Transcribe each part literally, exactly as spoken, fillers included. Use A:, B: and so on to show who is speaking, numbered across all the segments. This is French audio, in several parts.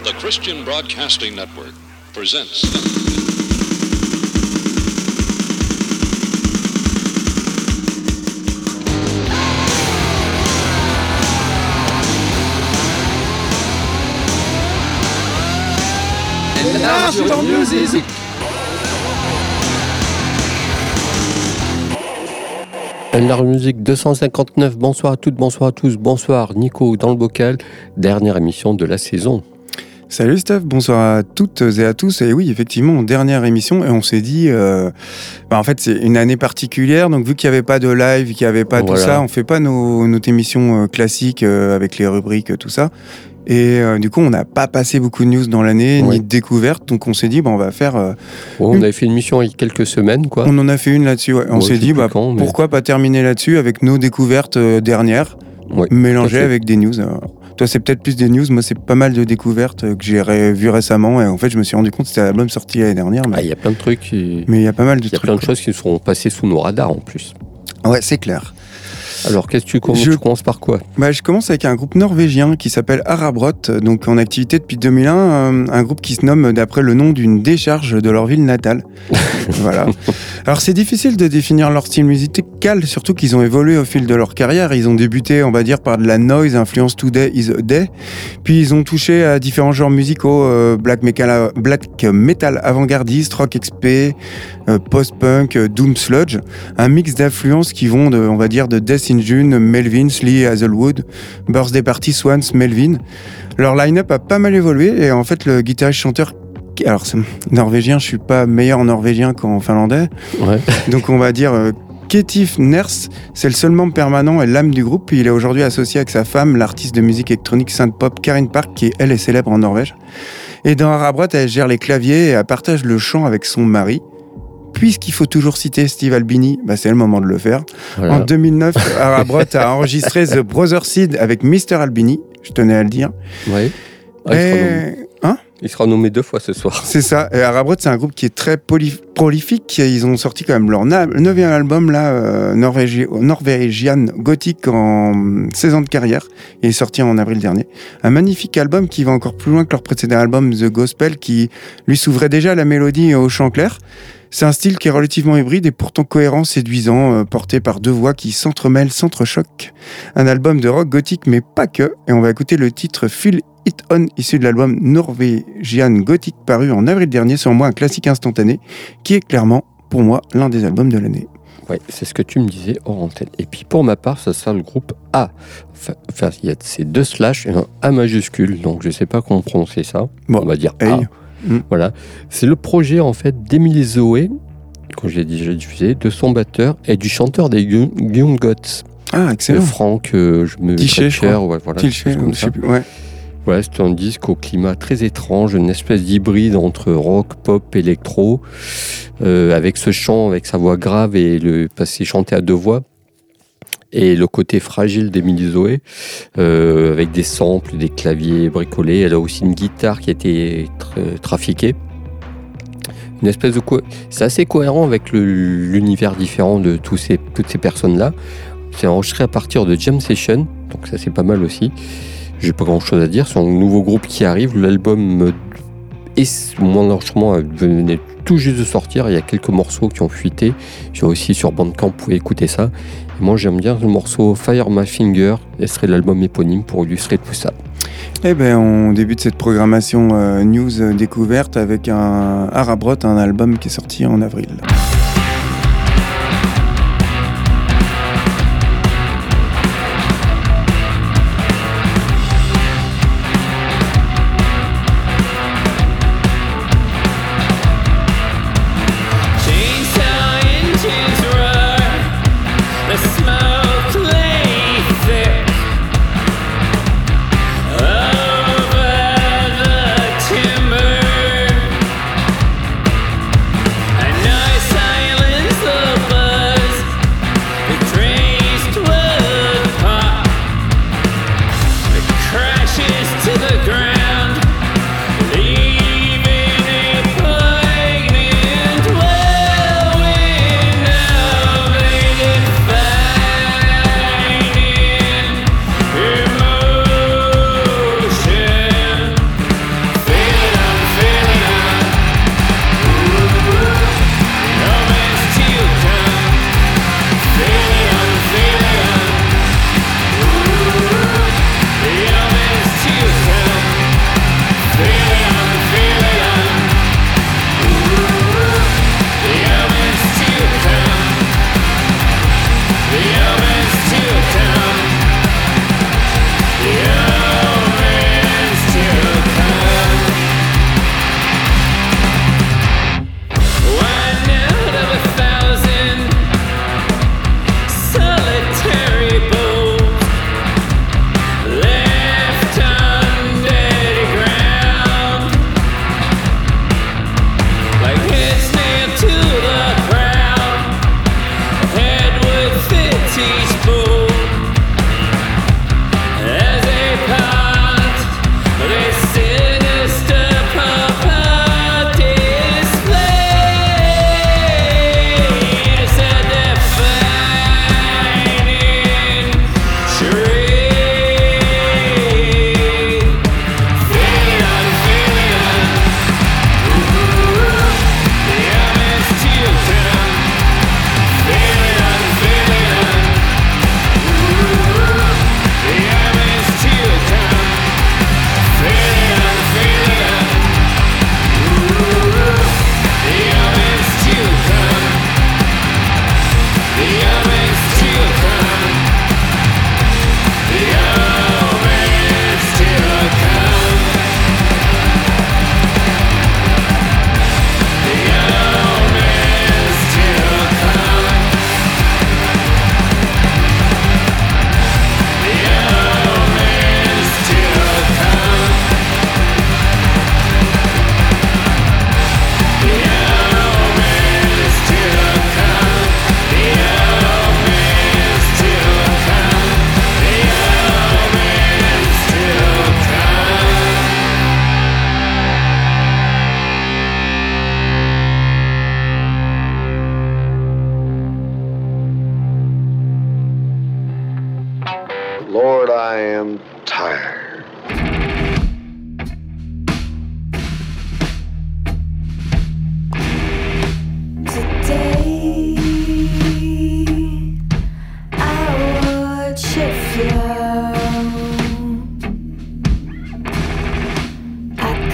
A: The Christian Broadcasting Network presents.
B: Enlarge Music. Enlarge Music deux cent cinquante-neuf, bonsoir à toutes, bonsoir à tous, bonsoir Nico dans le bocal, dernière émission de la saison.
C: Salut Steph, bonsoir à toutes et à tous. Et oui, effectivement, dernière émission, et on s'est dit, euh, bah en fait c'est une année particulière, donc vu qu'il n'y avait pas de live, qu'il n'y avait pas voilà. tout ça, on ne fait pas nos, notre émission euh, classique euh, avec les rubriques, tout ça. Et euh, du coup, on n'a pas passé beaucoup de news dans l'année, ouais. ni de découvertes, donc on s'est dit, bah, on va faire... Euh,
B: bon,
C: une...
B: On avait fait une mission il y a quelques semaines, quoi.
C: On en a fait une là-dessus, ouais. On
B: ouais,
C: s'est dit, bah,
B: quand, mais...
C: pourquoi pas terminer là-dessus avec nos découvertes euh, dernières, ouais, mélangées avec des news. Euh, toi, c'est peut-être plus des news, moi, c'est pas mal de découvertes euh, que j'ai ré- vues récemment, et en fait, je me suis rendu compte que c'était l'album sorti l'année dernière.
B: Mais... Ah, il y a plein de trucs... Et...
C: Mais il y a pas mal de trucs.
B: Il y a plein de choses qui seront passées sous nos radars, en plus.
C: Ouais, c'est clair.
B: Alors, qu'est-ce que tu, commences,
C: je,
B: tu commences par quoi ?
C: bah, Je commence avec un groupe norvégien qui s'appelle Arabrot, donc en activité depuis deux mille un, un, un groupe qui se nomme d'après le nom d'une décharge de leur ville natale. Voilà. Alors, c'est difficile de définir leur style musical, surtout qu'ils ont évolué au fil de leur carrière. Ils ont débuté, on va dire, par de la noise, influence Today is a Day, puis ils ont touché à différents genres musicaux, euh, black, metal, black metal avant-gardiste, rock X P, euh, post-punk, euh, doom sludge, un mix d'influences qui vont, de, on va dire, de Death in June, Melvins, Lee Hazelwood, Birthday Party, Swans, Melvin. Leur line-up a pas mal évolué et en fait le guitariste-chanteur, alors c'est norvégien, je suis pas meilleur en norvégien qu'en finlandais, ouais. donc on va dire euh, Ketif Ners, c'est le seul membre permanent et l'âme du groupe. Il est aujourd'hui associé avec sa femme, l'artiste de musique électronique synth-pop Karin Park, qui elle est célèbre en Norvège. Et dans Arabrot, elle gère les claviers et elle partage le chant avec son mari. Puisqu'il faut toujours citer Steve Albini, bah c'est le moment de le faire. Voilà. En deux mille neuf, Arabrot a enregistré The Brother Seed avec mister Albini, je tenais à le dire.
B: Oui. Ah,
C: et...
B: hein il sera nommé deux fois ce soir.
C: C'est ça. Et Arabrot, c'est un groupe qui est très poly- prolifique. Ils ont sorti quand même leur neuvième album, là, euh, Norvégi- Norwegian Gothic, en seize ans de carrière. Il est sorti en avril dernier. Un magnifique album qui va encore plus loin que leur précédent album, The Gospel, qui lui s'ouvrait déjà à la mélodie au chant clair. C'est un style qui est relativement hybride et pourtant cohérent, séduisant, euh, porté par deux voix qui s'entremêlent, s'entrechoquent. Un album de rock gothique, mais pas que. Et on va écouter le titre Feel It On, issu de l'album Norwegian Gothic, paru en avril dernier, selon moi un classique instantané, qui est clairement, pour moi, l'un des albums de l'année.
B: Oui, c'est ce que tu me disais hors antenne. Et puis pour ma part, ça sera le groupe A. Enfin, il y a ces deux slash et un A majuscule, donc je ne sais pas comment prononcer ça.
C: Bon,
B: on va dire
C: hey.
B: A. Mmh. Voilà, c'est le projet en fait d'Emily Zoé, comme je l'ai déjà diffusé, de son batteur et du chanteur des Young Gods.
C: Ah, excellent.
B: Euh, Franck, euh, je me
C: Tiché, je crois.
B: Ouais, voilà,
C: Tiché,
B: comme ça.
C: Plus, ouais.
B: Voilà, c'est un disque au climat très étrange, une espèce d'hybride entre rock, pop, électro, euh, avec ce chant, avec sa voix grave et le passé chanté à deux voix. Et le côté fragile d'Emily Zoé, euh, avec des samples, des claviers bricolés. Elle a aussi une guitare qui a été tra- trafiquée. Une espèce de co- C'est assez cohérent avec le, l'univers différent de tous ces, toutes ces personnes-là. C'est enregistré à partir de Jam Session, donc ça c'est pas mal aussi. J'ai pas grand-chose à dire. C'est un nouveau groupe qui arrive. L'album est mon enregistrement venait tout juste de sortir. Il y a quelques morceaux qui ont fuité. J'ai aussi sur Bandcamp, vous pouvez écouter ça. Et moi, j'aime bien le morceau Fire My Finger. Ce serait l'album éponyme pour illustrer tout ça.
C: Eh ben, on débute cette programmation euh, news euh, découverte avec un Arabrot, un album qui est sorti en avril.
D: Nice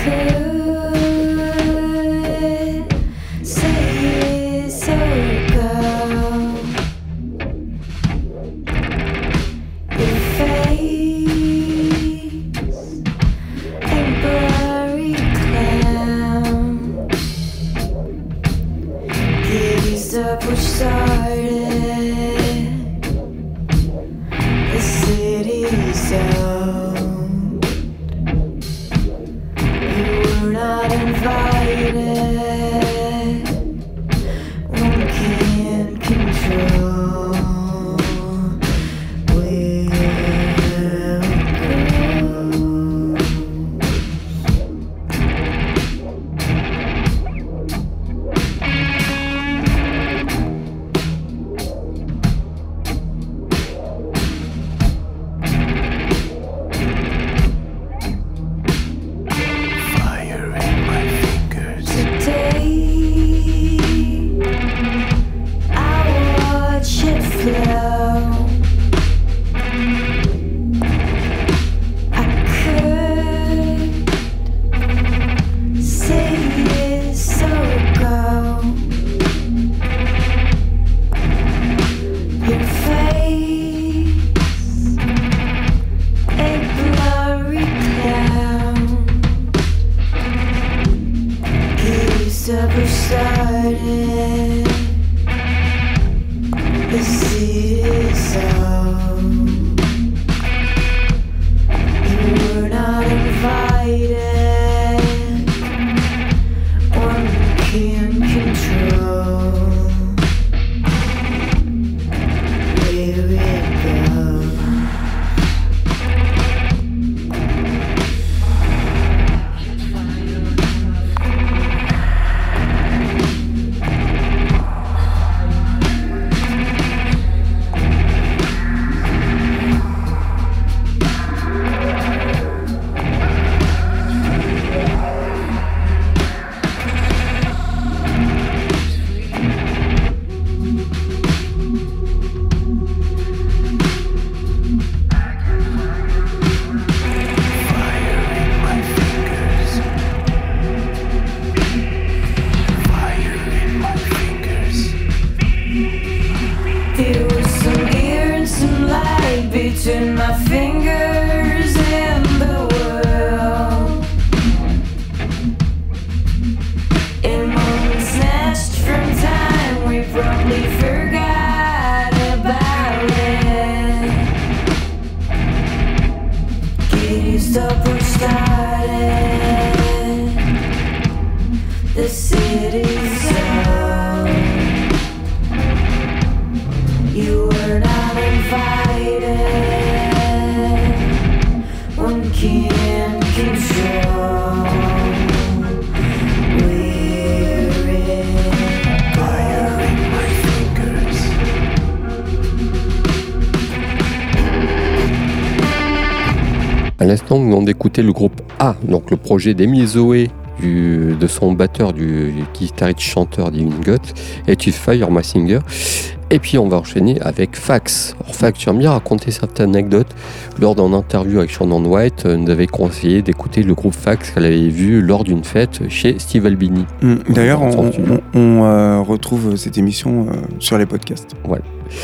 B: À l'instant, nous venons d'écouter le groupe A, donc le projet d'Emile Zoé, du, de son batteur, du guitariste chanteur d'Ivin Guts, et tu Fire My Singer. Et puis on va enchaîner avec Fax. Alors Fax, tu as bien raconté certaines anecdotes. Lors d'un interview avec Shannon White, euh, nous avait conseillé d'écouter le groupe Fax qu'elle avait vu lors d'une fête chez Steve Albini.
C: Mmh. D'ailleurs, on, on, on, on euh, retrouve cette émission euh, sur les podcasts.
B: Voilà.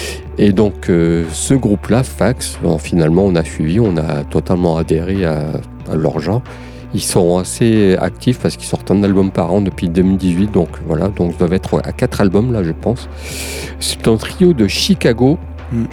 B: Et donc euh, ce groupe-là, Fax, bon, finalement on a suivi, on a totalement adhéré à, à leur genre. Ils sont assez actifs parce qu'ils sortent un album par an depuis deux mille dix-huit, donc voilà, donc ils doivent être à quatre albums là, je pense. C'est un trio de Chicago mm.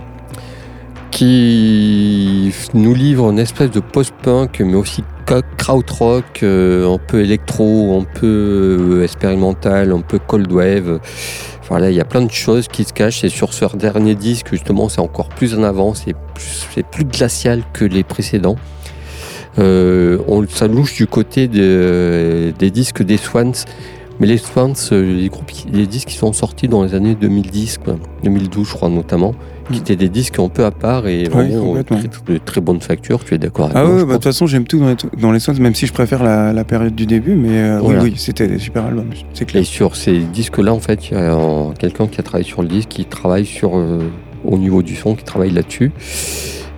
B: qui nous livre une espèce de post-punk, mais aussi krautrock, euh, un peu électro, un peu expérimental, un peu cold wave. Voilà, il y a plein de choses qui se cachent. Et sur ce dernier disque, justement, c'est encore plus en avant, c'est plus, c'est plus glacial que les précédents. Euh, on, ça louche du côté de, des disques des Swans, mais les Swans, les, groupes, les disques qui sont sortis dans les années deux mille dix, quoi, deux mille douze je crois notamment, mmh. qui étaient des disques un peu à part et vraiment oui, très, de très bonne facture. Tu es d'accord avec
C: ah
B: moi?
C: Ah oui, bah, de toute façon j'aime tout dans les, dans les Swans, même si je préfère la, la période du début, mais euh, voilà. oui, oui, c'était des super albums, c'est clair.
B: Et sur ces disques-là, en fait, il y a euh, quelqu'un qui a travaillé sur le disque, qui travaille sur, euh, au niveau du son, qui travaille là-dessus.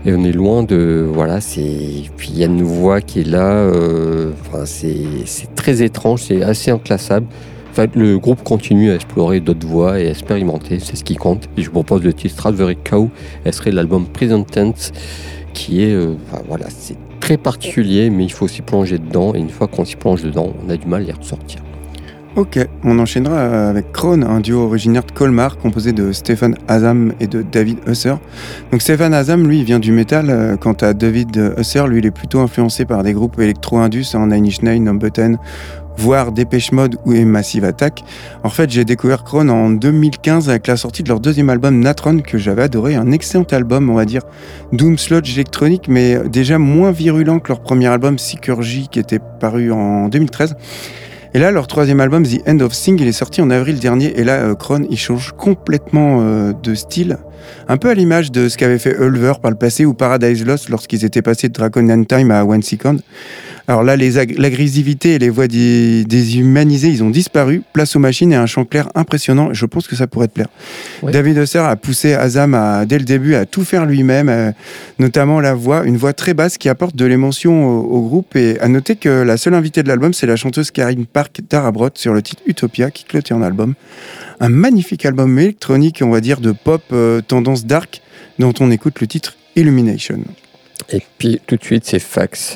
B: Et on est loin de... Voilà, c'est... Puis il y a une voix qui est là. Euh... Enfin, c'est... c'est très étrange, c'est assez inclassable. Enfin, le groupe continue à explorer d'autres voix et à expérimenter, c'est ce qui compte. Et je vous propose le titre Strawberry Cow, elle serait l'album Present Tense, qui est... Euh... Enfin, voilà, c'est très particulier, mais il faut s'y plonger dedans. Et une fois qu'on s'y plonge dedans, on a du mal à y ressortir.
C: Ok, on enchaînera avec Krone, un duo originaire de Colmar composé de Stefan Azam et de David Husser. Donc Stefan Azam, lui, il vient du métal, quant à David Husser, lui, il est plutôt influencé par des groupes électro-indus, hein, Nine Inch Nails, Number ten, voire Depeche Mode ou Massive Attack. En fait, j'ai découvert Krone en deux mille quinze avec la sortie de leur deuxième album Natron, que j'avais adoré, un excellent album, on va dire, doom sludge électronique, mais déjà moins virulent que leur premier album Sycurgy, qui était paru en deux mille treize. Et là, leur troisième album, The End of Thing, il est sorti en avril dernier. Et là, euh, Krone, il change complètement euh, de style. Un peu à l'image de ce qu'avait fait Ulver par le passé ou Paradise Lost lorsqu'ils étaient passés de Draconian Time à One Second. Alors là, les ag- l'agressivité et les voix dé- déshumanisées, ils ont disparu. Place aux machines et un chant clair impressionnant. Je pense que ça pourrait te plaire. Ouais. David Husser a poussé Azam à, dès le début à tout faire lui-même, euh, notamment la voix, une voix très basse qui apporte de l'émotion au, au groupe. Et à noter que la seule invitée de l'album, c'est la chanteuse Karine Park d'Arabrot sur le titre Utopia qui clôture un album. Un magnifique album électronique, on va dire, de pop euh, tendance dark, dont on écoute le titre Illumination.
B: Et puis tout de suite, c'est Fax.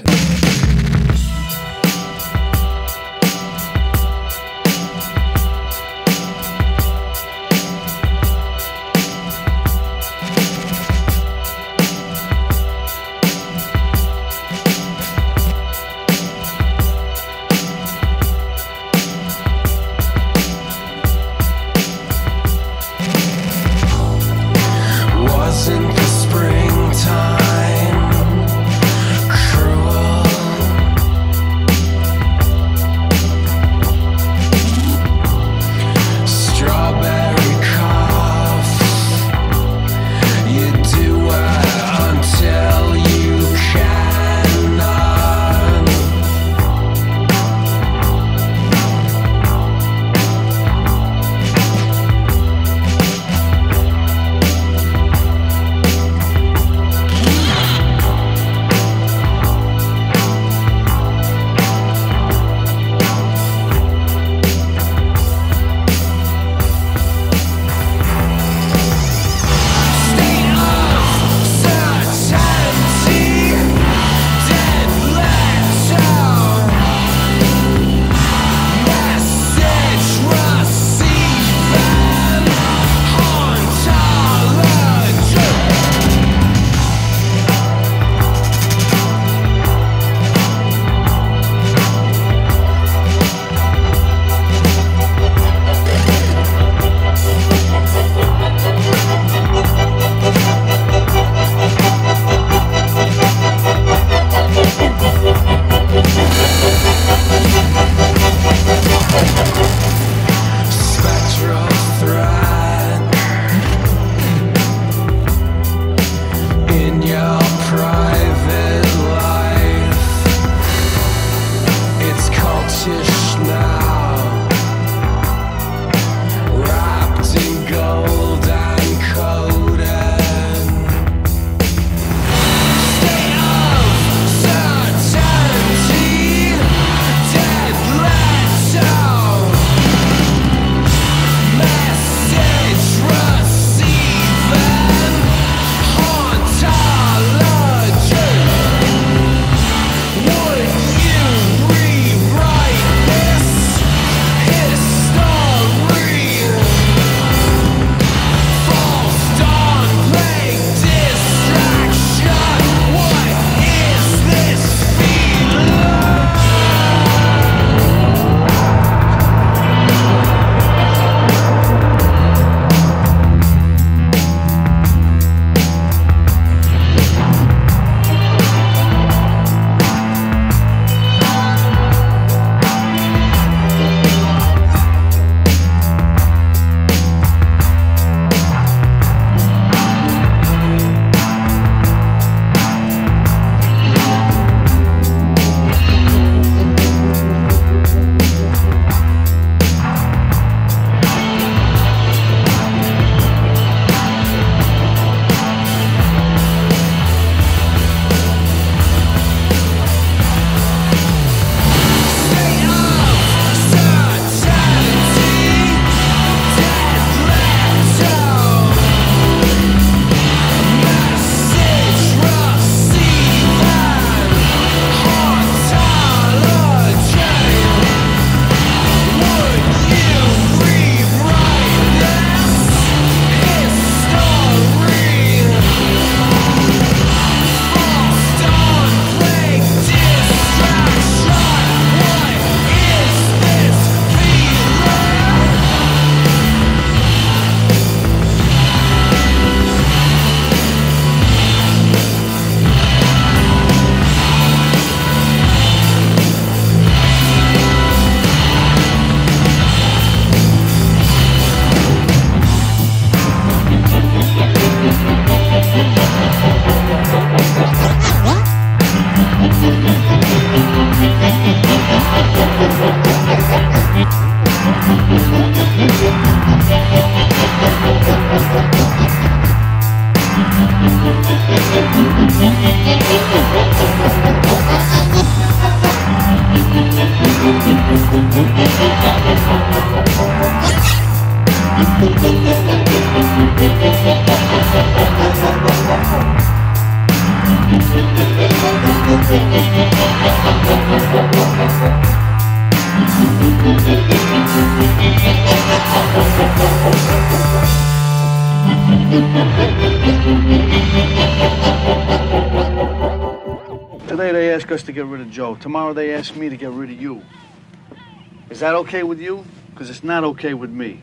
D: Today they ask us to get rid of Joe. Tomorrow they ask me to get rid of you. Is that okay with you? Because it's not okay with me.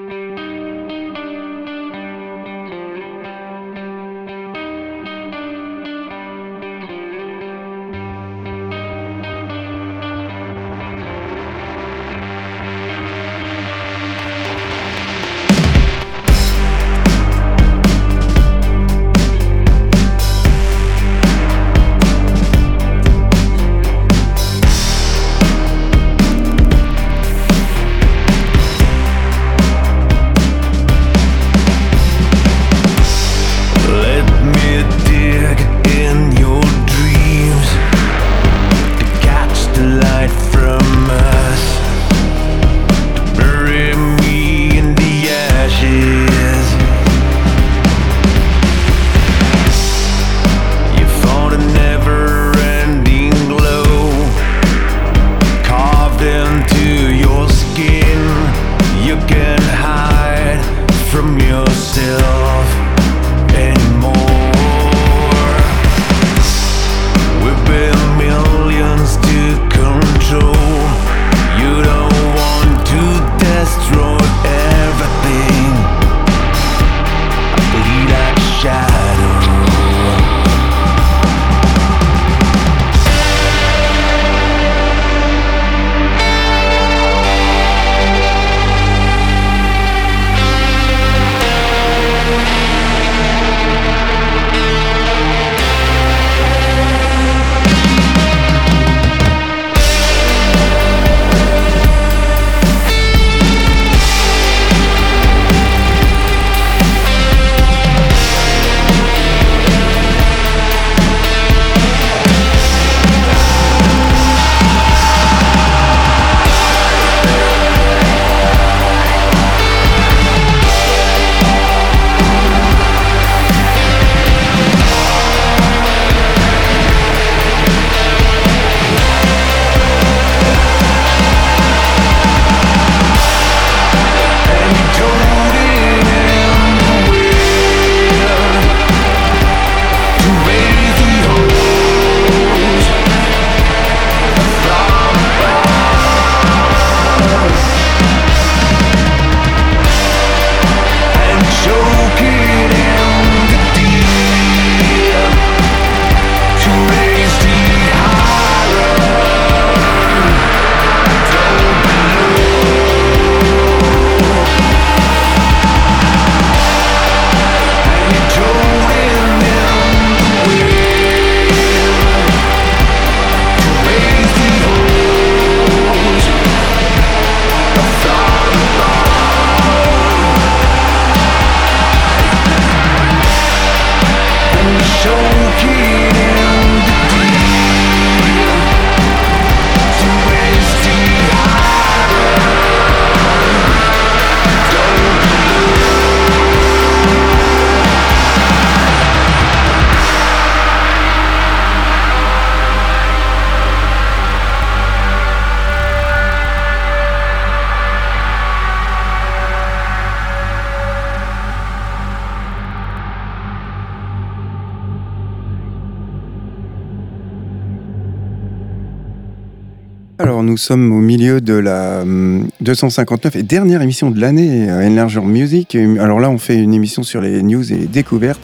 C: Alors nous sommes au milieu de la hum, deux cent cinquante-neuf et dernière émission de l'année à Enlargeur Music. Alors là on fait une émission sur les news et les découvertes.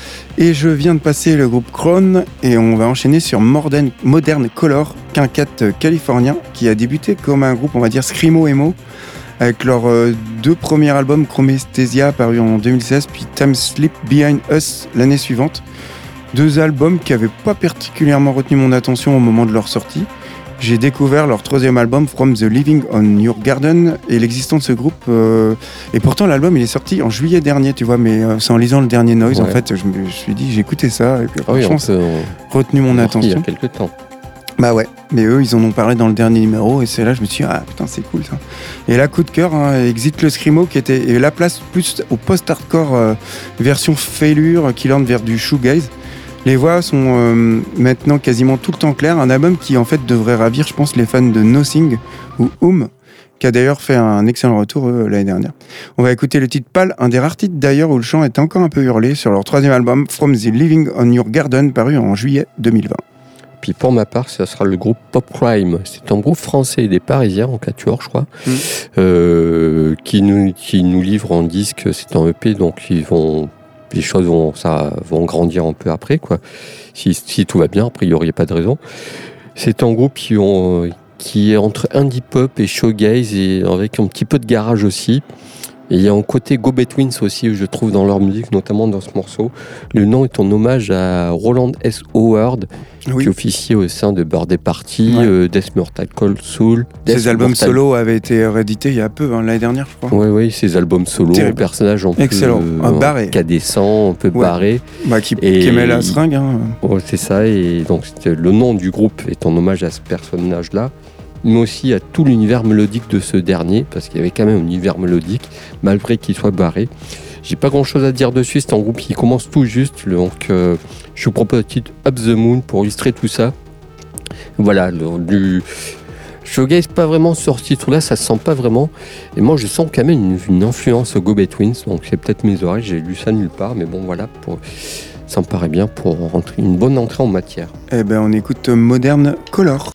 C: Et je viens de passer le groupe Krone et on va enchaîner sur Modern, Modern Color, quinquet californien qui a débuté comme un groupe on va dire screamo-emo avec leurs euh, deux premiers albums Chromesthesia paru en deux mille seize puis Time Slip Behind Us l'année suivante. Deux albums qui n'avaient pas particulièrement retenu mon attention au moment de leur sortie. J'ai découvert leur troisième album From the Living on Your Garden et l'existence de ce groupe. Euh, et pourtant, l'album il est sorti en juillet dernier, tu vois, mais euh, c'est en lisant le dernier Noise, ouais. En fait, je me suis dit, j'ai écouté ça et puis,
B: ah oui,
C: franchement, ça a retenu mon attention.
B: Il y a quelques temps.
C: Bah ouais, mais eux, ils en ont parlé dans le dernier numéro, et c'est là je me suis dit, ah putain, c'est cool ça. Et là, coup de cœur, hein, Exit le Screamo, qui était et la place plus au post-hardcore euh, version failure, qui lance vers du shoegaze. Les voix sont euh, maintenant quasiment tout le temps claires, un album qui en fait devrait ravir, je pense, les fans de Nothing ou Oom, qui a d'ailleurs fait un excellent retour euh, l'année dernière. On va écouter le titre Pâle, un des rares titres d'ailleurs où le chant est encore un peu hurlé, sur leur troisième album, From the Living on Your Garden, paru en juillet deux mille vingt.
B: Puis pour ma part, ça sera le groupe Pop Crime. C'est un groupe français et des Parisiens, en quatuor, je crois, mmh. euh, qui, nous, qui nous livre en disque. C'est un E P, donc ils vont, les choses vont, ça, vont grandir un peu après, quoi. Si, si tout va bien, après, il n'y aurait pas de raison. C'est un groupe qui, ont, qui est entre indie pop et shoegaze, et avec un petit peu de garage aussi. Et il y a un côté go-betweens aussi, je trouve, dans leur musique, notamment dans ce morceau. Le nom est en hommage à Roland S. Howard, oui. qui officiait au sein de Birthday Party, ouais. euh, Death Mortal Cold Soul.
C: Ses albums Mortal... solo avaient été réédités il y a peu, hein, l'année dernière, je crois.
B: Oui, oui, ses albums solo, un personnage un
C: Excellent.
B: peu
C: un barré.
B: cadescent, un peu ouais. barré.
C: Bah, qui, et... qui aimait la seringue. Hein.
B: Ouais, c'est ça, et donc le nom du groupe est en hommage à ce personnage-là, mais aussi à tout l'univers mélodique de ce dernier, parce qu'il y avait quand même un univers mélodique, malgré qu'il soit barré. J'ai pas grand chose à dire dessus, c'est un groupe qui commence tout juste, donc euh, je vous propose un titre Up the Moon pour illustrer tout ça. Voilà, le, du shoegaze pas vraiment sur ce titre-là, ça se sent pas vraiment, et moi je sens quand même une, une influence go-betweens, donc c'est peut-être mes oreilles, j'ai lu ça nulle part, mais bon voilà, pour... ça me paraît bien pour rentrer, une bonne entrée en matière.
C: Eh ben on écoute Modern Color.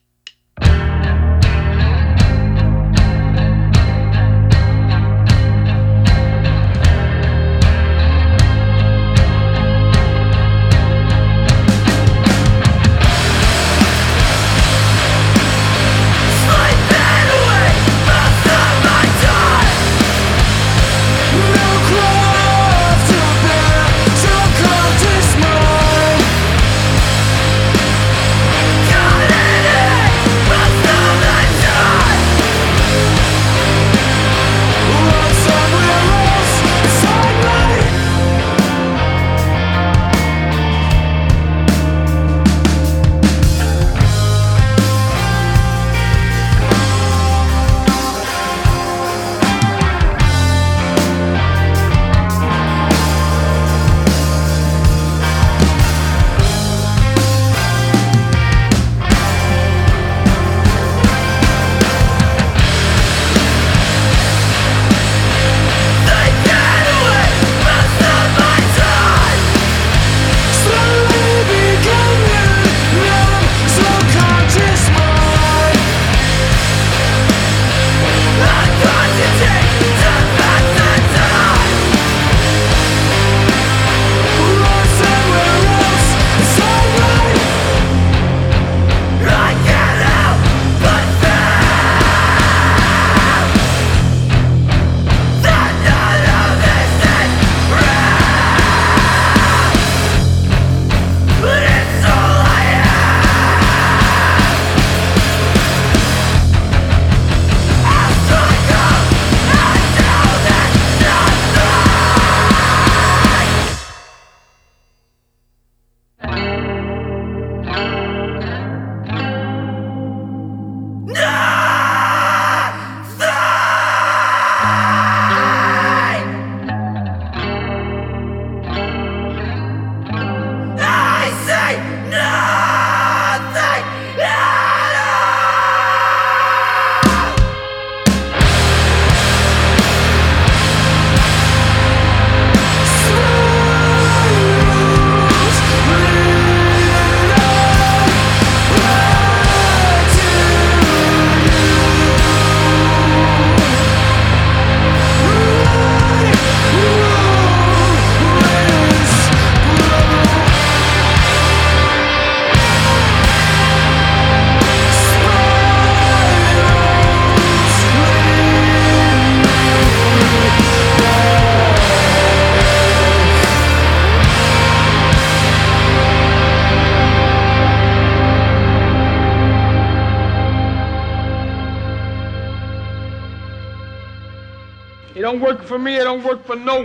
E: It don't work for me, it don't work for no one.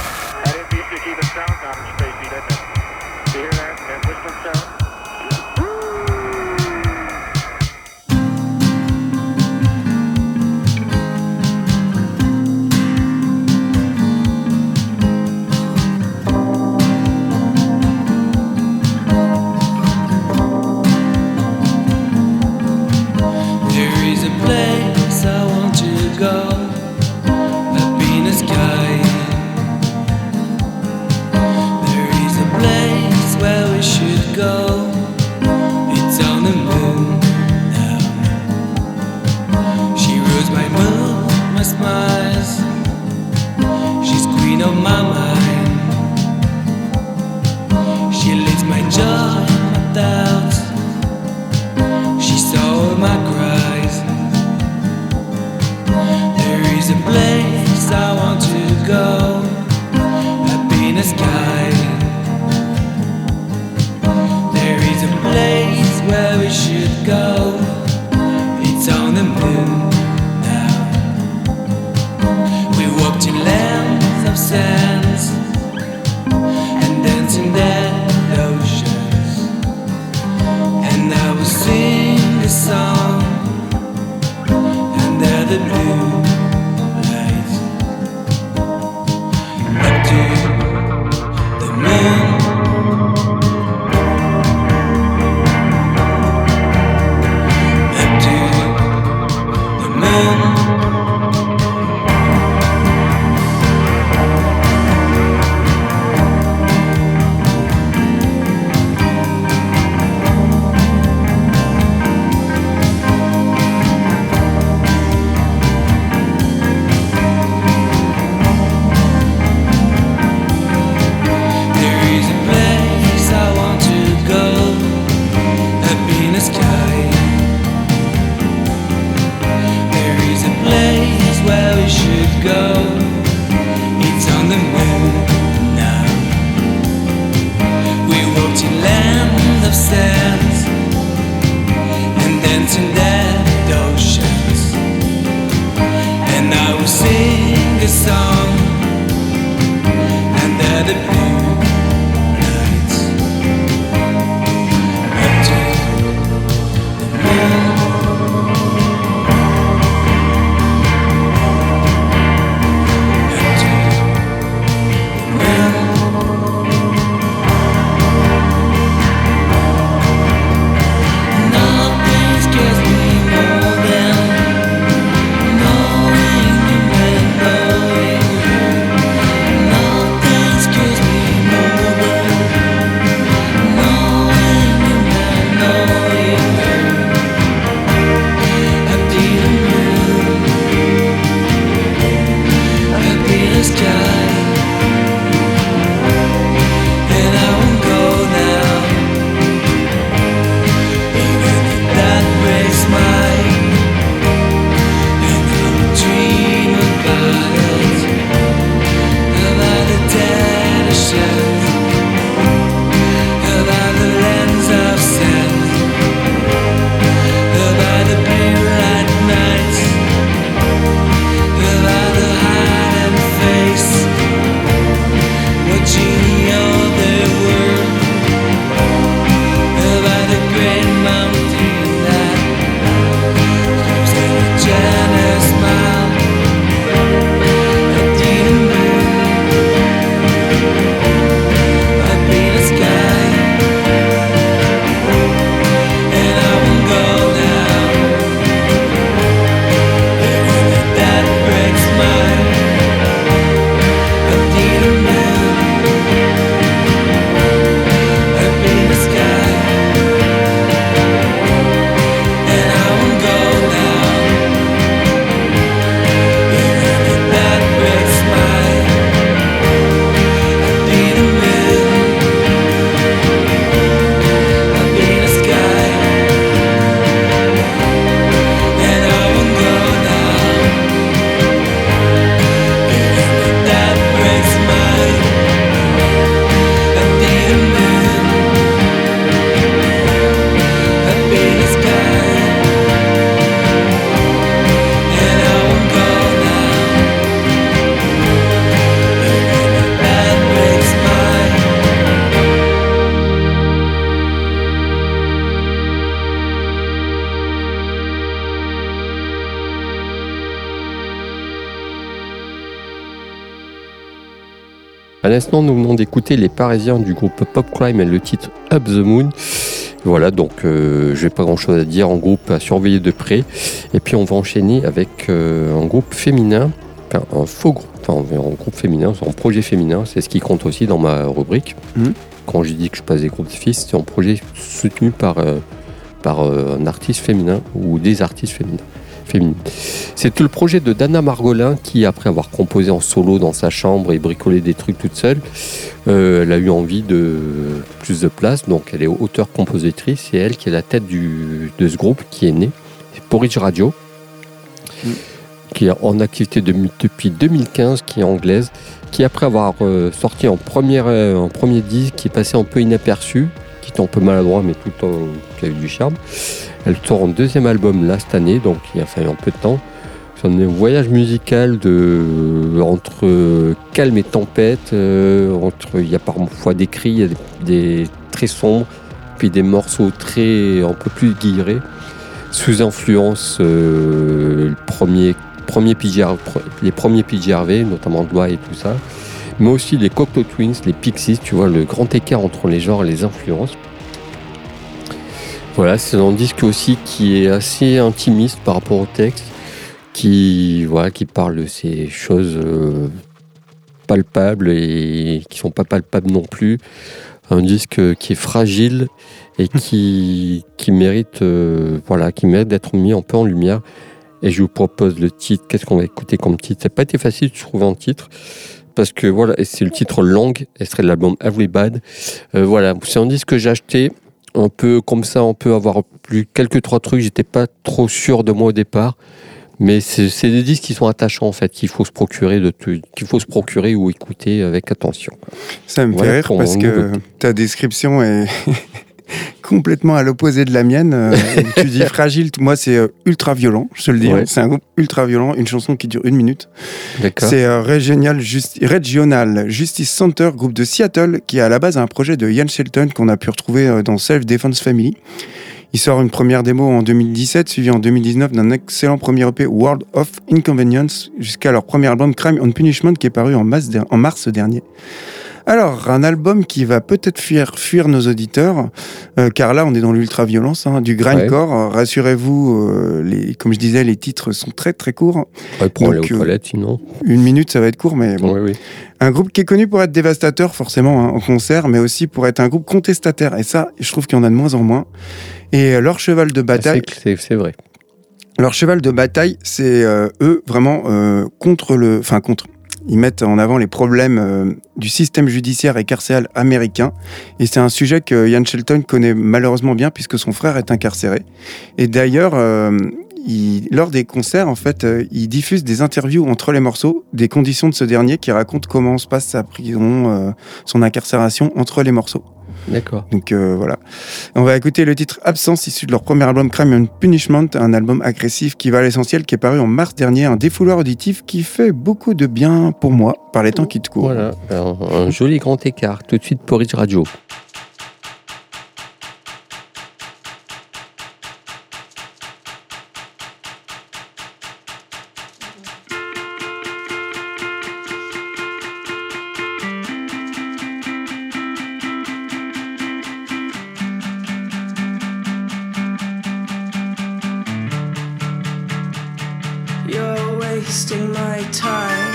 F: That is the keep it sound, Doctor Stacy, didn't it? Do you hear that? That whistling sound?
B: À l'instant, nous venons d'écouter les Parisiens du groupe Popcrime et le titre Up the Moon. Voilà, donc euh, je n'ai pas grand chose à dire, en groupe à surveiller de près. Et puis on va enchaîner avec euh, un groupe féminin, enfin un faux groupe, enfin un groupe féminin, c'est un projet féminin, c'est ce qui compte aussi dans ma rubrique. Mmh. Quand je dis que je passe des groupes de filles, c'est un projet soutenu par, euh, par euh, un artiste féminin ou des artistes féminins. Féminine. C'est le projet de Dana Margolin qui, après avoir composé en solo dans sa chambre et bricolé des trucs toute seule, euh, elle a eu envie de plus de place. Donc elle est auteure-compositrice, c'est elle qui est la tête du, de ce groupe qui est né. C'est Porridge Radio, mmh. qui est en activité de, depuis deux mille quinze, qui est anglaise, qui après avoir euh, sorti en, première, euh, en premier disque qui est passé un peu inaperçu, qui était un peu maladroit mais tout le temps qui a eu du charme. Elle sort un deuxième album là cette année, donc il a fallu un peu de temps. C'est un voyage musical de, entre calme et tempête, euh, entre, il y a parfois des cris, il y a des, des très sombres, puis des morceaux très un peu plus guillerés, sous influence euh, le premier, premier P J, les premiers P J Harvey, notamment Doigt et tout ça, mais aussi les Cocteau Twins, les Pixies, tu vois le grand écart entre les genres et les influences. Voilà, c'est un disque aussi qui est assez intimiste par rapport au texte, qui, voilà, qui parle de ces choses euh, palpables et qui sont pas palpables non plus. Un disque qui est fragile et qui, qui mérite, euh, voilà, qui mérite d'être mis un peu en lumière. Et je vous propose le titre. Qu'est-ce qu'on va écouter comme titre ? Ça n'a pas été facile de trouver un titre. Parce que voilà, c'est le titre Long, extrait de l'album Every Bad. Euh, voilà, c'est un disque que j'ai acheté. Un peu comme ça, on peut avoir plus quelques trois trucs. J'étais pas trop sûr de moi au départ, mais c'est, c'est des disques qui sont attachants en fait, qu'il faut se procurer, de, qu'il faut se procurer ou écouter avec attention.
C: Ça me
B: voilà,
C: fait rire parce que ta description est complètement à l'opposé de la mienne. Euh, tu dis fragile, moi c'est euh, ultra violent, je te le dis. Ouais. C'est un groupe ultra violent, une chanson qui dure une minute.
B: D'accord.
C: C'est euh, Regional, Justi- Regional Justice Center, groupe de Seattle, qui est à la base un projet de Ian Shelton qu'on a pu retrouver euh, dans Self Defense Family. Il sort une première démo en deux mille dix-sept, suivi en deux mille dix-neuf d'un excellent premier E P, World of Inconvenience, jusqu'à leur premier album Crime and Punishment, qui est paru en mars, der- en mars dernier. Alors, un album qui va peut-être fuir, fuir nos auditeurs, euh, car là, on est dans l'ultra-violence, hein, du grindcore. Ouais. Rassurez-vous, euh, les, comme je disais, les titres sont très très courts.
B: Ouais, pour Donc, aller aux euh, toilettes, sinon.
C: Une minute, ça va être court, mais bon.
B: Ouais, oui.
C: Un groupe qui est connu pour être dévastateur, forcément, hein, en concert, mais aussi pour être un groupe contestataire. Et ça, je trouve qu'il y en a de moins en moins. Et euh, leur cheval de bataille...
B: C'est, c'est, c'est vrai.
C: Leur cheval de bataille, c'est euh, eux, vraiment, euh, contre le... Enfin, contre... Ils mettent en avant les problèmes euh, du système judiciaire et carcéral américain. Et c'est un sujet que Ian Shelton connaît malheureusement bien puisque son frère est incarcéré. Et d'ailleurs, euh, il, lors des concerts, en fait, euh, il diffuse des interviews entre les morceaux, des conditions de ce dernier qui racontent comment se passe sa prison, euh, son incarcération entre les morceaux.
B: D'accord.
C: Donc euh, voilà. On va écouter le titre Absence, issu de leur premier album Crime and Punishment, un album agressif qui va à l'essentiel, qui est paru en mars dernier, un défouloir auditif qui fait beaucoup de bien pour moi par les temps qui te courent.
B: Voilà, un, un joli grand écart. Tout de suite, Porridge Radio.
F: Wasting my time.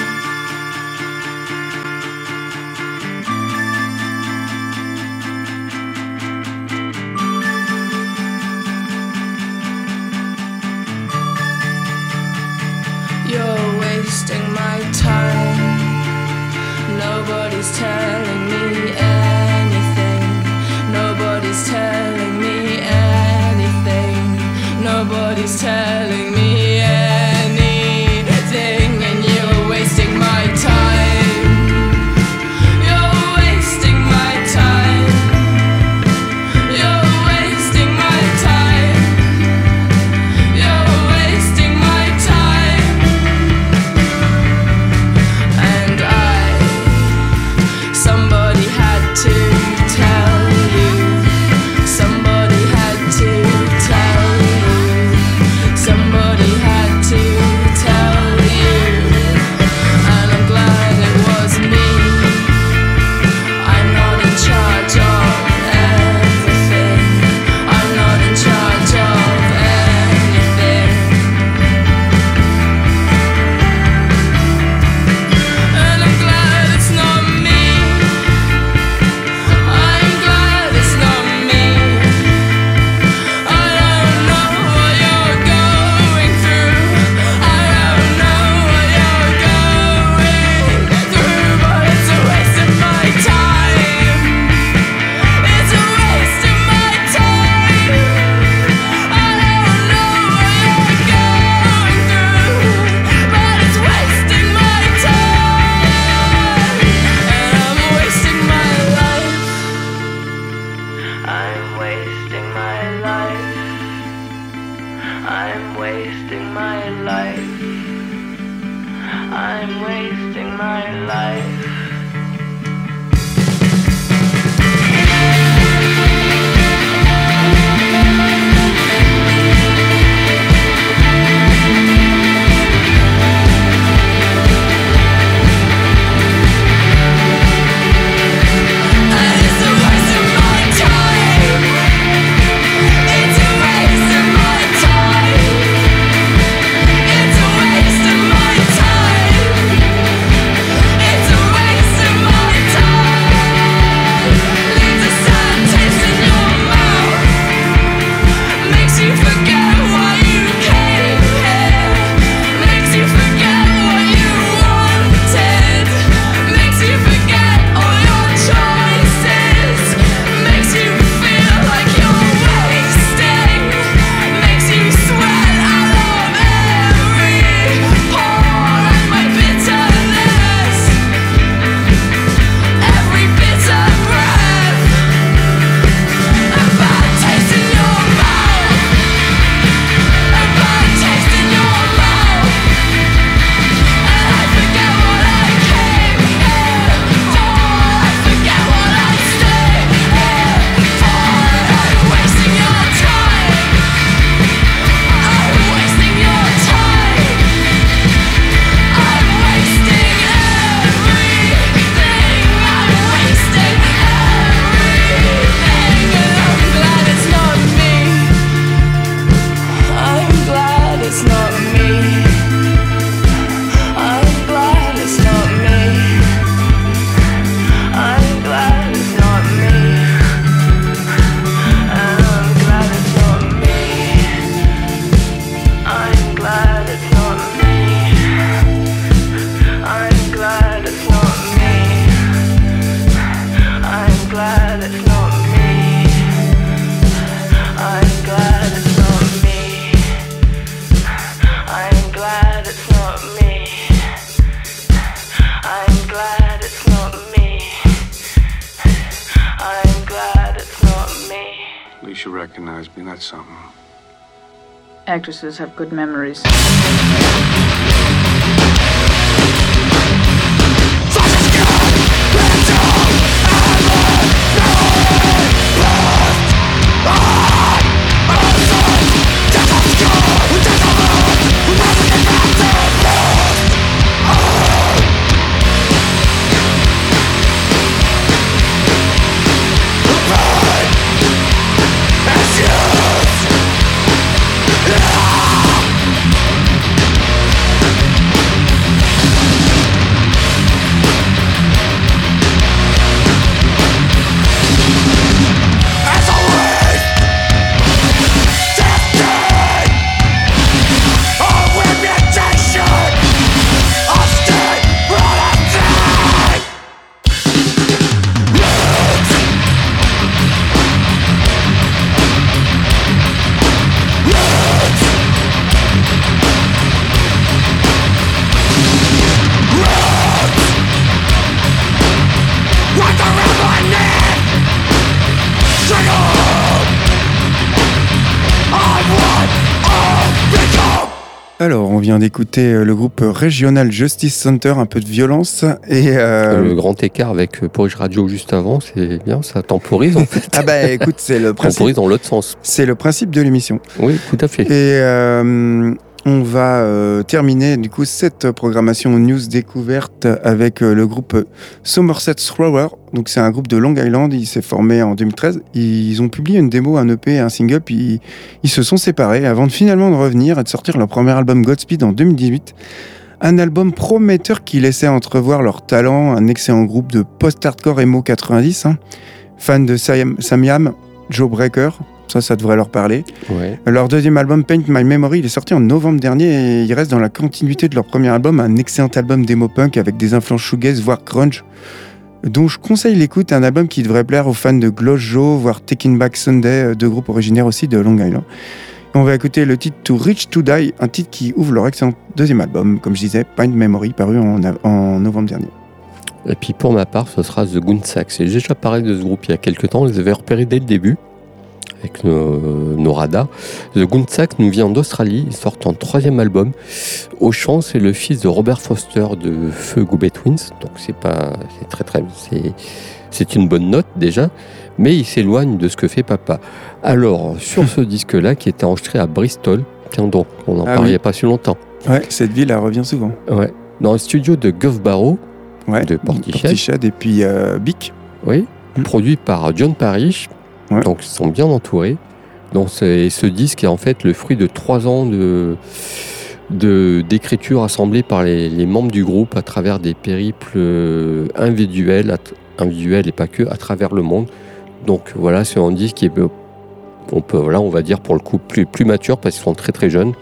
F: You're wasting my time. Nobody's telling me anything. Nobody's telling me anything. Nobody's telling me anything. And you're wasting my time. You're wasting my time. You're wasting my time. You're wasting my time. And I, somebody had to tell you. Somebody had to tell you. Somebody had to wasting my life. I'm wasting my life.
G: Actresses have good memories.
C: Alors, on vient d'écouter le groupe Regional Justice Center, un peu de violence. Et euh...
B: Le grand écart avec Porridge Radio juste avant, c'est bien, ça temporise en fait.
C: Ah bah écoute, c'est le principe.
B: Temporise dans l'autre sens.
C: C'est le principe de l'émission.
B: Oui, tout à fait.
C: Et euh, on va euh, terminer du coup cette programmation news découverte avec euh, le groupe Somerset Thrower. Donc c'est un groupe de Long Island, il s'est formé en deux mille treize. Ils ont publié une démo, un E P et un single, puis ils se sont séparés avant de finalement de revenir et de sortir leur premier album Godspeed en deux mille dix-huit. Un album prometteur qui laissait entrevoir leur talent, un excellent groupe de post-hardcore emo quatre-vingt-dix. Hein. Fan de Sam, Sam Yam, Joe Breaker, ça, ça devrait leur parler.
B: Ouais.
C: Leur deuxième album, Paint My Memory, il est sorti en novembre dernier et il reste dans la continuité de leur premier album, un excellent album d'emo punk avec des influences shoegaze, voire grunge, dont je conseille l'écoute, un album qui devrait plaire aux fans de Gloss Joe, voire Taking Back Sunday, deux groupes originaires aussi de Long Island. On va écouter le titre To Reach To Die, un titre qui ouvre leur excellent deuxième album, comme je disais, Paint Memory, paru en, en novembre dernier.
B: Et puis pour ma part, ce sera The Goon Sax. J'ai déjà parlé de ce groupe il y a quelques temps, on les avait repérés dès le début. avec nos, nos radars. The Goonsax nous vient d'Australie, ils sortent un troisième album. Au chant, c'est le fils de Robert Foster de Feu Goubet Twins, donc c'est pas, c'est très très, c'est, c'est une bonne note déjà, mais il s'éloigne de ce que fait papa. Alors, sur ce disque-là, qui était enregistré à Bristol, tiens donc, on n'en
C: Ah
B: parlait
C: oui.
B: pas si longtemps.
C: Ouais, cette ville, elle revient souvent.
B: Ouais. Dans le studio de Guv Barrow,
C: Ouais.
B: de Portiched.
C: Portiched et puis euh, Bic.
B: oui,
C: Mm.
B: produit par John Parrish,
C: Ouais.
B: donc ils sont bien entourés. Donc c'est, ce disque est en fait le fruit de trois ans de, de, d'écriture assemblée par les, les membres du groupe à travers des périples euh, individuels, à, individuels et pas que, à travers le monde. Donc voilà, c'est un disque qui est, on peut, voilà, on va dire pour le coup plus, plus mature parce qu'ils sont très très jeunes.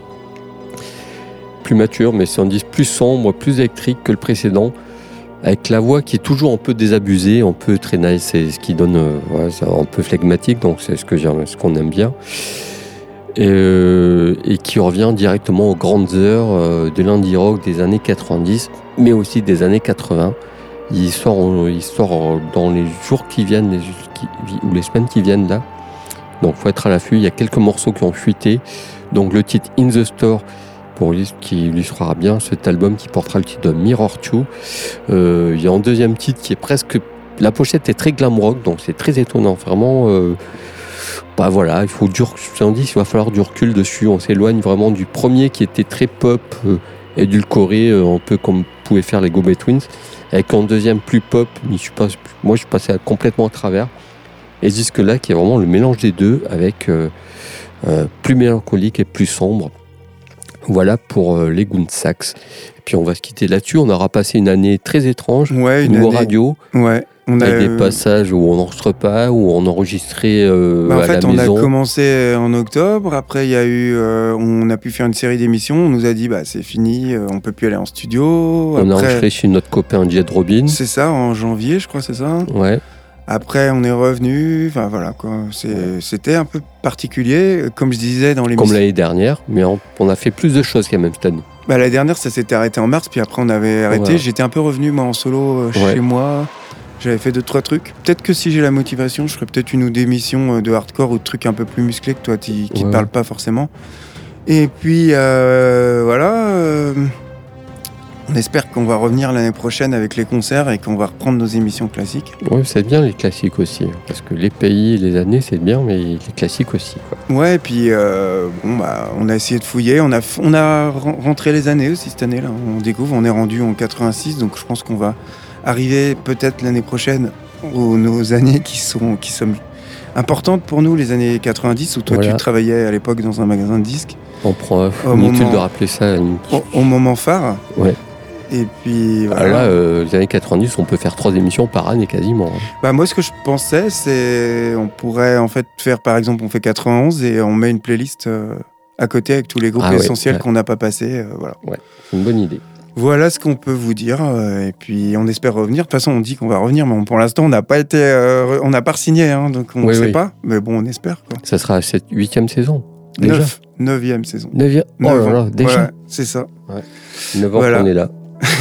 B: Plus mature, mais c'est un disque plus sombre, plus électrique que le précédent, avec la voix qui est toujours un peu désabusée, un peu très nice, c'est ce qui donne, euh, ouais, c'est un peu flegmatique, donc c'est ce que j'aime, ce qu'on aime bien, et, euh, et qui revient directement aux grandes heures euh, de l'indie rock des années quatre-vingt-dix, mais aussi des années quatre-vingts. Il sort, il sort dans les jours qui viennent, les, qui, ou les semaines qui viennent là, donc faut être à l'affût. Il y a quelques morceaux qui ont fuité, donc le titre In the Store, pour lui, qui illustrera bien cet album qui portera le titre de Mirror deux. Euh, il y a un deuxième titre qui est presque... La pochette est très glam rock, donc c'est très étonnant. Vraiment, euh, bah voilà, il faut du recul. Il va falloir du recul dessus. On s'éloigne vraiment du premier qui était très pop, euh, édulcoré, euh, un peu comme pouvaient faire les Goubet Twins. Avec un deuxième plus pop, mais je suis pas, moi je suis passé à, complètement à travers. Et ce disque-là qui est vraiment le mélange des deux, avec euh, euh, plus mélancolique et plus sombre. Voilà pour euh, les Goonsax. Et puis on va se quitter là-dessus. On aura passé une année très étrange,
C: Ouais, une
B: niveau
C: année-
B: radio,
C: Ouais. On a,
B: avec des
C: euh,
B: passages où on n'enregistre pas, où on enregistrait euh,
C: bah, en
B: à
C: fait,
B: la
C: on
B: maison.
C: a commencé en octobre. Après, il y a eu, euh, on a pu faire une série d'émissions. On nous a dit, bah c'est fini, euh, on peut plus aller en studio.
B: On a
C: Après,
B: enregistré chez notre copain Jed Robin.
C: c'est ça, en janvier, je crois, c'est ça.
B: Ouais.
C: Après, on est revenu. Enfin voilà quoi. C'est, c'était un peu particulier, comme je disais dans l'émission.
B: Comme l'année dernière, mais on, on a fait plus de choses quand même cette année.
C: Bah, la dernière, ça s'était arrêté en mars, puis après on avait arrêté.
B: Voilà.
C: J'étais un peu revenu moi en solo euh,
B: Ouais.
C: chez moi. J'avais fait deux trois trucs. Peut-être que si j'ai la motivation, je ferai peut-être une ou deux émissions euh, de hardcore ou de trucs un peu plus musclés que toi, qui qui te
B: Ouais.
C: parlent pas forcément. Et puis euh, voilà. euh, on espère qu'on va revenir l'année prochaine avec les concerts et qu'on va reprendre nos émissions classiques.
B: Ouais, c'est bien les classiques aussi, hein, parce que les pays, les années, c'est bien, mais les classiques aussi, quoi.
C: Ouais, et puis euh, bon bah, on a essayé de fouiller. On a f- on a ren- rentré les années aussi cette année là. On découvre. On est rendu en quatre-vingt-six, donc je pense qu'on va arriver peut-être l'année prochaine aux nos années qui sont qui sont importantes pour nous, les années quatre-vingt-dix, où toi
B: Voilà.
C: tu travaillais à l'époque dans un magasin de disques,
B: On prend
C: Au
B: inutile
C: moment-
B: de rappeler ça. une-
C: au, au moment phare.
B: Ouais.
C: Et puis
B: Ah,
C: voilà.
B: là, euh, les années quatre-vingt-dix, on peut faire trois émissions par année quasiment, hein.
C: Bah moi ce que je pensais, c'est on pourrait en fait faire par exemple on fait quatre-vingt-onze et on met une playlist euh, à côté avec tous les groupes
B: Ah ouais,
C: essentiels
B: ouais.
C: qu'on n'a pas passés. euh, voilà.
B: C'est une bonne idée.
C: Voilà ce qu'on peut vous dire. euh, et puis on espère revenir. De toute façon on dit qu'on va revenir, mais on- pour l'instant on n'a pas été, euh, on n'a pas signé, hein, donc on ne
B: Oui,
C: sait
B: oui.
C: pas. Mais bon on espère quoi.
B: Ça sera cette huitième saison. Déjà.
C: Neuf, neuvième saison.
B: Neuvième. Oh
C: Neuf
B: là là,
C: ans.
B: déjà.
C: Ouais, c'est ça.
B: Neuf ans
C: Voilà.
B: qu'on est là.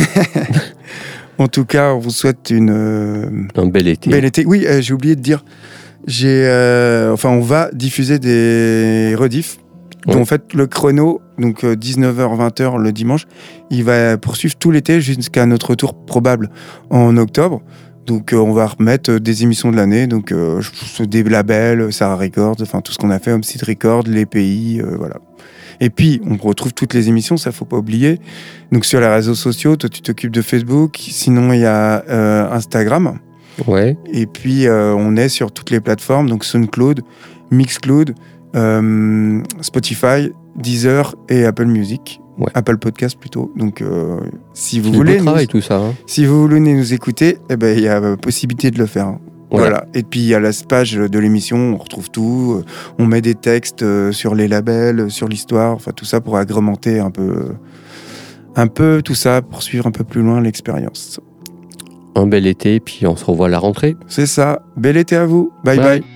C: En tout cas, on vous souhaite une euh,
B: Un bel été.
C: belle été. Oui, euh, j'ai oublié de dire. J'ai, euh, enfin, on va diffuser des rediffs.
B: Ouais.
C: Donc, en fait, le chrono, donc euh, dix-neuf heures vingt heures le dimanche, il va poursuivre tout l'été jusqu'à notre retour probable en octobre. Donc, euh, on va remettre euh, des émissions de l'année, donc euh, je- des labels, Sarah Records, enfin tout ce qu'on a fait, Homestead Records, les pays, euh, voilà. Et puis, on retrouve toutes les émissions, ça faut pas oublier. Donc, sur les réseaux sociaux, toi, tu t'occupes de Facebook. Sinon, il y a euh, Instagram.
B: Ouais.
C: Et puis, euh, on est sur toutes les plateformes, donc SoundCloud, Mixcloud, euh, Spotify, Deezer et Apple Music.
B: Ouais.
C: Apple Podcast plutôt. Donc, euh, si vous
B: C'est du
C: voulez,
B: beau
C: nous,
B: travail tout ça, hein.
C: si vous voulez nous écouter, eh ben, il y a euh, possibilité de le faire. hein.
B: Voilà.
C: Voilà. Et puis il y a la page de l'émission, on retrouve tout. euh, On met des textes euh, sur les labels, euh, sur l'histoire, enfin tout ça pour agrémenter un peu, euh, un peu tout ça, pour suivre un peu plus loin l'expérience.
B: Un bel été, puis on se revoit à la rentrée.
C: C'est ça. Bel été à vous. Bye bye.
B: Bye.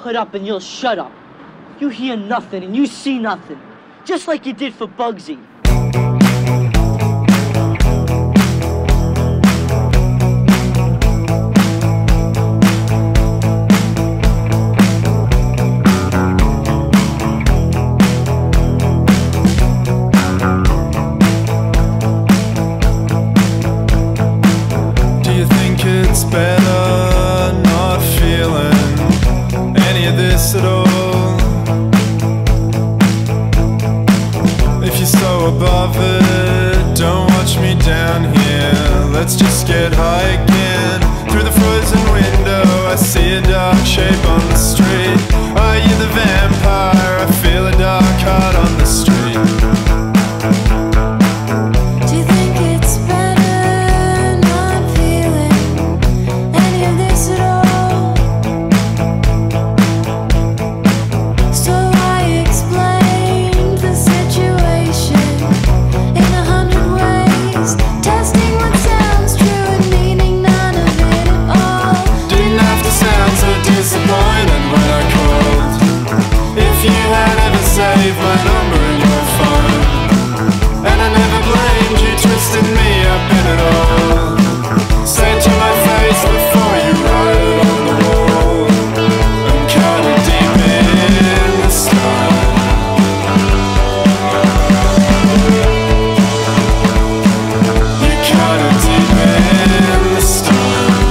H: put up and you'll shut up. You hear nothing and you see nothing. Just like you did for Bugsy.
I: It's better not feeling any of this at all. If you're so above it, don't watch me down here. Let's just get high again. Through the frozen window, I see a dark shape on the street. Are you the vampire? I feel a dark heart on the street. Save my number in your phone, and I never blamed you, twisted me up in it all. Say it to my face before you write it on the wall. I'm kinda deep in the stone. You're kinda deep in the stone.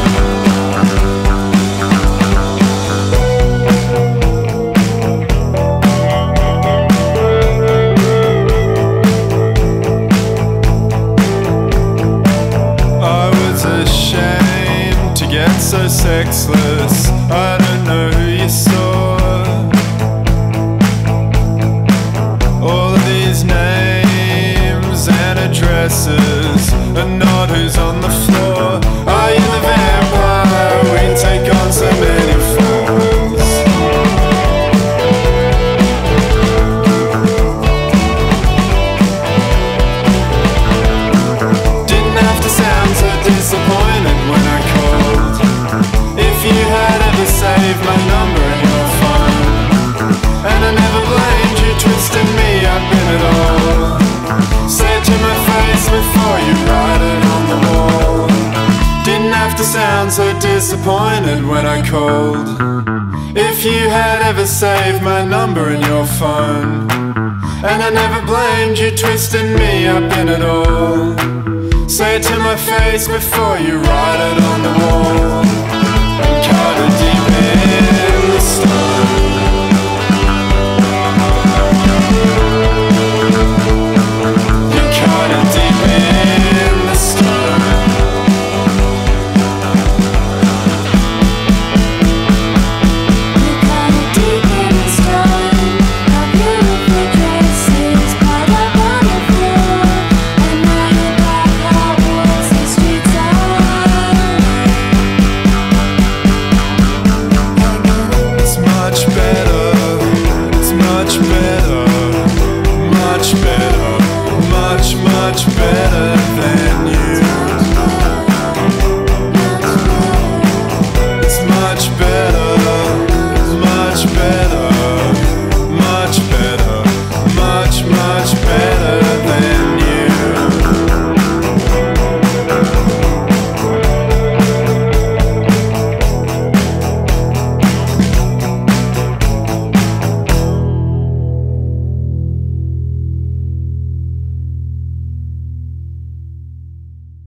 I: So sexless, I don't know who you saw. All of these names and addresses, and not who's on the floor. Are you the vampire? We take on so many forms. Didn't have to sound so disappointed when I called. If you had ever saved my number in your phone, and I never blamed you, twisting me up in it all. Say it to my face before you write it on the wall. Didn't have to sound so disappointed when I called. If you had ever saved my number in your phone, and I never blamed you, twisting me up in it all. Say it to my face before you write it on the wall. I'm kinda deep in